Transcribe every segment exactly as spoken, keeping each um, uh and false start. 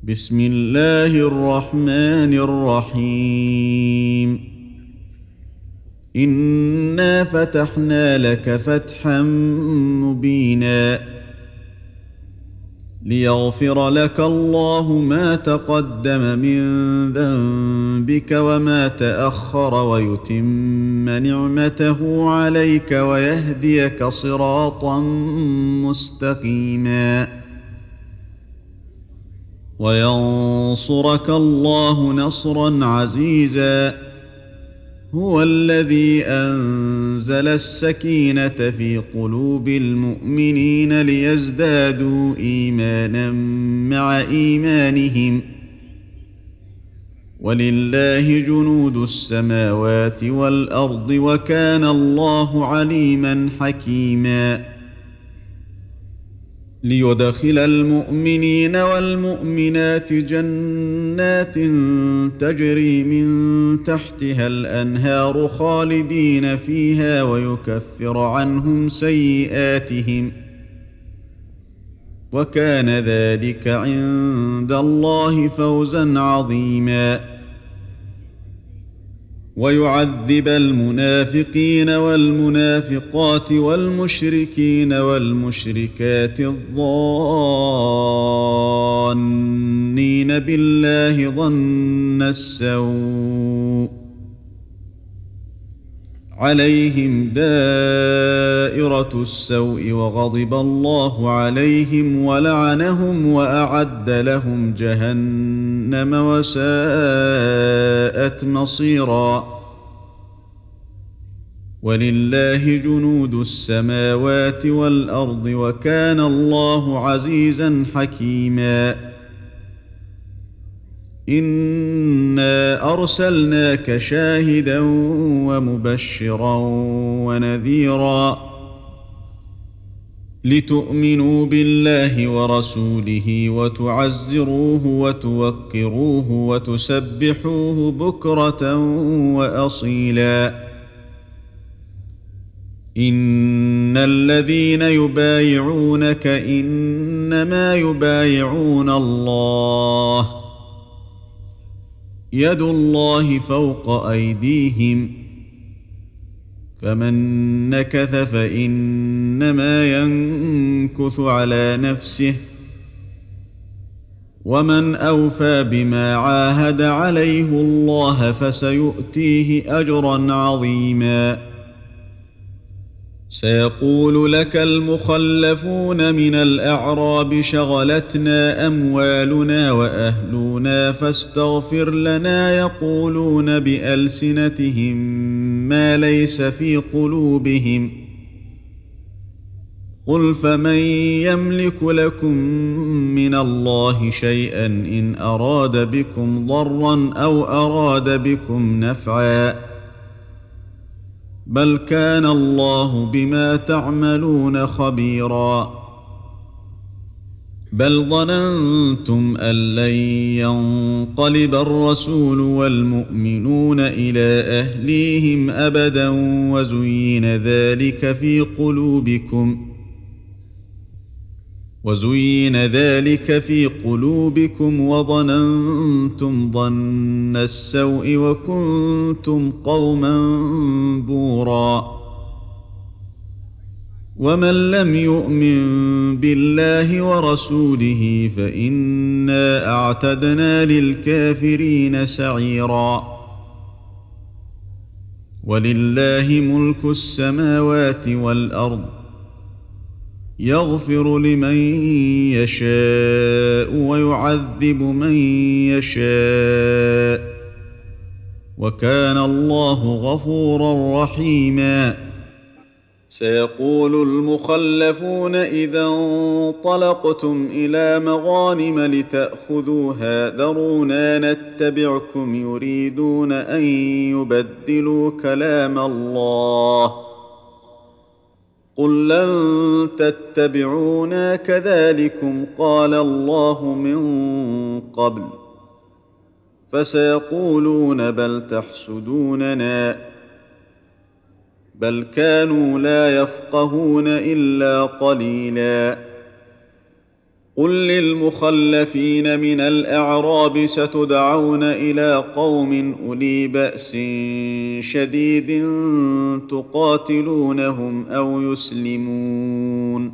بسم الله الرحمن الرحيم إنا فتحنا لك فتحا مبينا ليغفر لك الله ما تقدم من ذنبك وما تأخر ويتم نعمته عليك ويهديك صراطا مستقيما وينصرك الله نصرا عزيزا هو الذي أنزل السكينة في قلوب المؤمنين ليزدادوا إيمانا مع إيمانهم ولله جنود السماوات والأرض وكان الله عليما حكيما ليدخل المؤمنين والمؤمنات جنات تجري من تحتها الأنهار خالدين فيها ويكفر عنهم سيئاتهم وكان ذلك عند الله فوزا عظيما ويعذب المنافقين والمنافقات والمشركين والمشركات الظانين بالله ظن السوء عليهم دائرة السوء وغضب الله عليهم ولعنهم وأعد لهم جهنم وساءت مصيرا ولله جنود السماوات والأرض وكان الله عزيزا حكيما إنا أرسلناك شاهدا ومبشرا ونذيرا لتؤمنوا بالله ورسوله وتعزروه وتوقروه وتسبحوه بكرة وأصيلا إن الذين يبايعونك إنما يبايعون الله يد الله فوق أيديهم فمن نكث فإنما ينكث على نفسه ومن أوفى بما عاهد عليه الله فسيؤتيه أجرا عظيما سيقول لك المخلفون من الأعراب شغلتنا أموالنا وأهلنا فاستغفر لنا يقولون بألسنتهم ما ليس في قلوبهم قل فمن يملك لكم من الله شيئا إن أراد بكم ضرا أو أراد بكم نفعا بل كان الله بما تعملون خبيرا بل ظننتم أن لن ينقلب الرسول والمؤمنون إلى أهليهم أبدا وزين ذلك في قلوبكم وزين ذلك في قلوبكم وظننتم ظن السوء وكنتم قوما بورا ومن لم يؤمن بالله ورسوله فإنا أعتدنا للكافرين سعيرا ولله ملك السماوات والأرض يغفر لمن يشاء ويعذب من يشاء وكان الله غفورا رحيما سيقول المخلفون إذا انطلقتم إلى مغانم لتأخذوها ذرونا نتبعكم يريدون أن يبدلوا كلام الله قل لن تتبعونا كذلكم قال الله من قبل فسيقولون بل تحسدوننا بل كانوا لا يفقهون إلا قليلا قل للمخلفين من الأعراب ستدعون إلى قوم أولي بأس شديد تقاتلونهم أو يسلمون،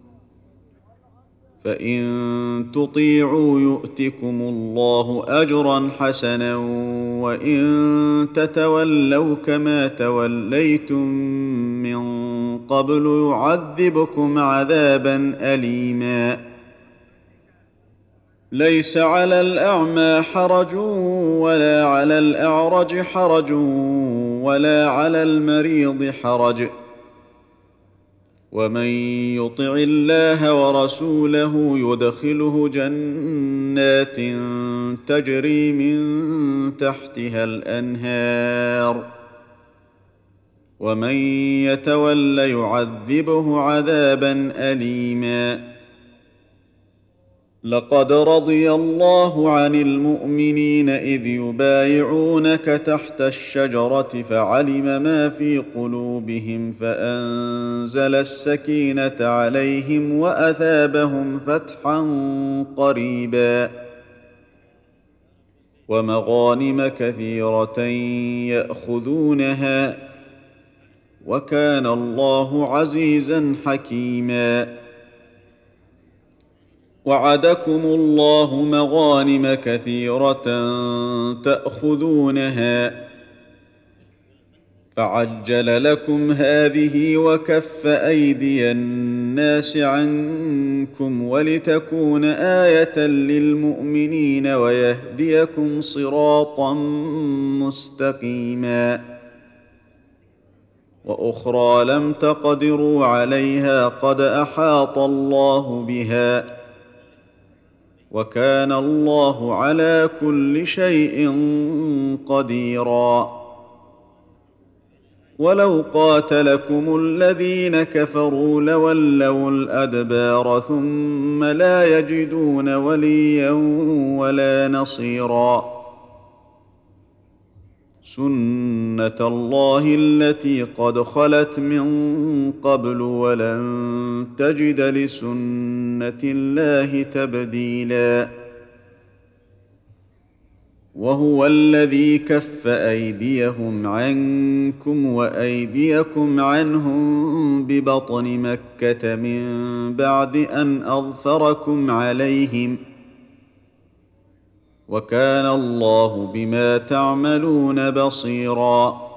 فإن تطيعوا يؤتكم الله أجرا حسنا، وإن تتولوا كما توليتم من قبل يعذبكم عذابا أليما. ليس على الأعمى حرج ولا على الأعرج حرج ولا على المريض حرج، ومن يطع الله ورسوله يدخله جنات تجري من تحتها الأنهار، ومن يتول يعذبه عذابا أليما. لقد رضي الله عن المؤمنين إذ يبايعونك تحت الشجرة فعلم ما في قلوبهم فأنزل السكينة عليهم وأثابهم فتحا قريبا، ومغانم كثيرة يأخذونها، وكان الله عزيزا حكيما. وعدكم الله مغانم كثيرة تأخذونها فعجل لكم هذه وكف أيدي الناس عنكم ولتكون آية للمؤمنين ويهديكم صراطا مستقيما. وأخرى لم تقدروا عليها قد أحاط الله بها، وكان الله على كل شيء قديرا. ولو قاتلكم الذين كفروا لولوا الأدبار ثم لا يجدون وليا ولا نصيرا. سنة الله التي قد خلت من قبل ولن تجد لسنة الله تبديلا. وهو الذي كف أيديهم عنكم وأيديكم عنهم ببطن مكة من بعد أن أظفركم عليهم، وكان الله بما تعملون بصيرا.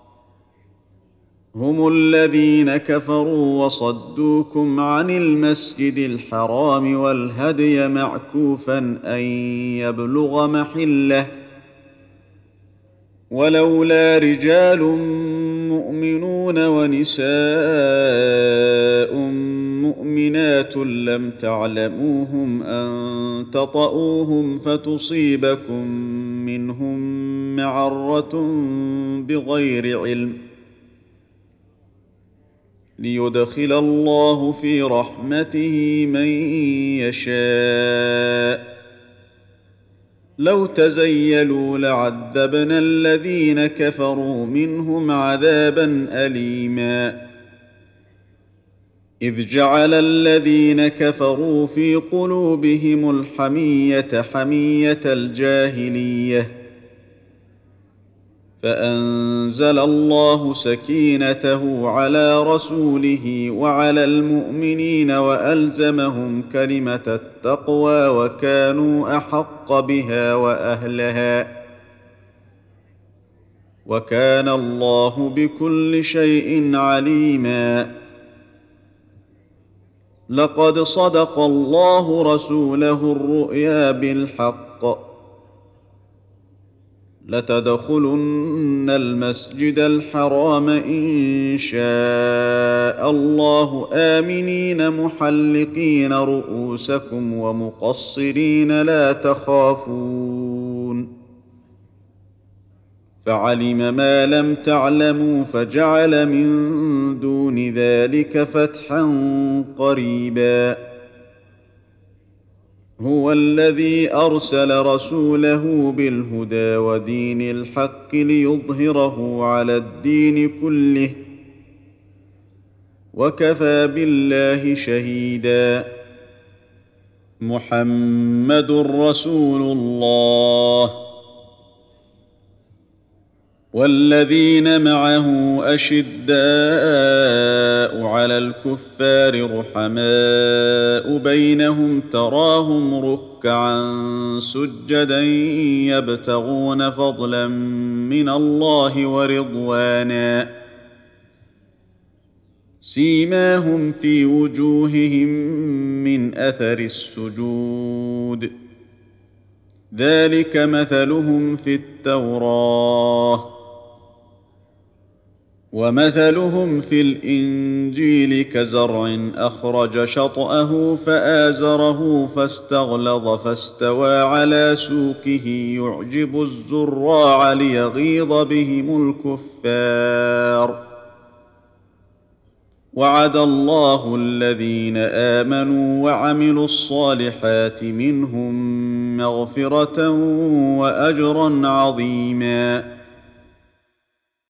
هم الذين كفروا وصدوكم عن المسجد الحرام والهدي معكوفا أن يبلغ محله، ولولا رجال مؤمنون ونساء مؤمنات لم تعلموهم أن تطؤوهم فتصيبكم منهم معرة بغير علم، ليدخل الله في رحمته من يشاء. لو تزيلوا لعذبنا الذين كفروا منهم عذابا أليما. إذ جعل الذين كفروا في قلوبهم الحمية حمية الجاهلية، فأنزل الله سكينته على رسوله وعلى المؤمنين وألزمهم كلمة التقوى وكانوا أحق بها وأهلها، وكان الله بكل شيء عليما. لقد صدق الله رسوله الرؤيا بالحق، لتدخلن المسجد الحرام إن شاء الله آمنين محلقين رؤوسكم ومقصرين لا تخافون، فعلم ما لم تعلموا فجعل من دون ذلك فتحا قريبا. هو الذي أرسل رسوله بالهدى ودين الحق ليظهره على الدين كله، وكفى بالله شهيدا. محمد رسول الله والذين معه أشداء على الكفار رحماء بينهم تراهم ركعا سجدا يبتغون فضلا من الله ورضوانا سيماهم في وجوههم من أثر السجود ذلك مثلهم في التوراة ومثلهم في الإنجيل كزرع أخرج شطأه فآزره فاستغلظ فاستوى على سوقه يعجب الزراع ليغيظ بهم الكفار وعد الله الذين آمنوا وعملوا الصالحات منهم مغفرة وأجرا عظيما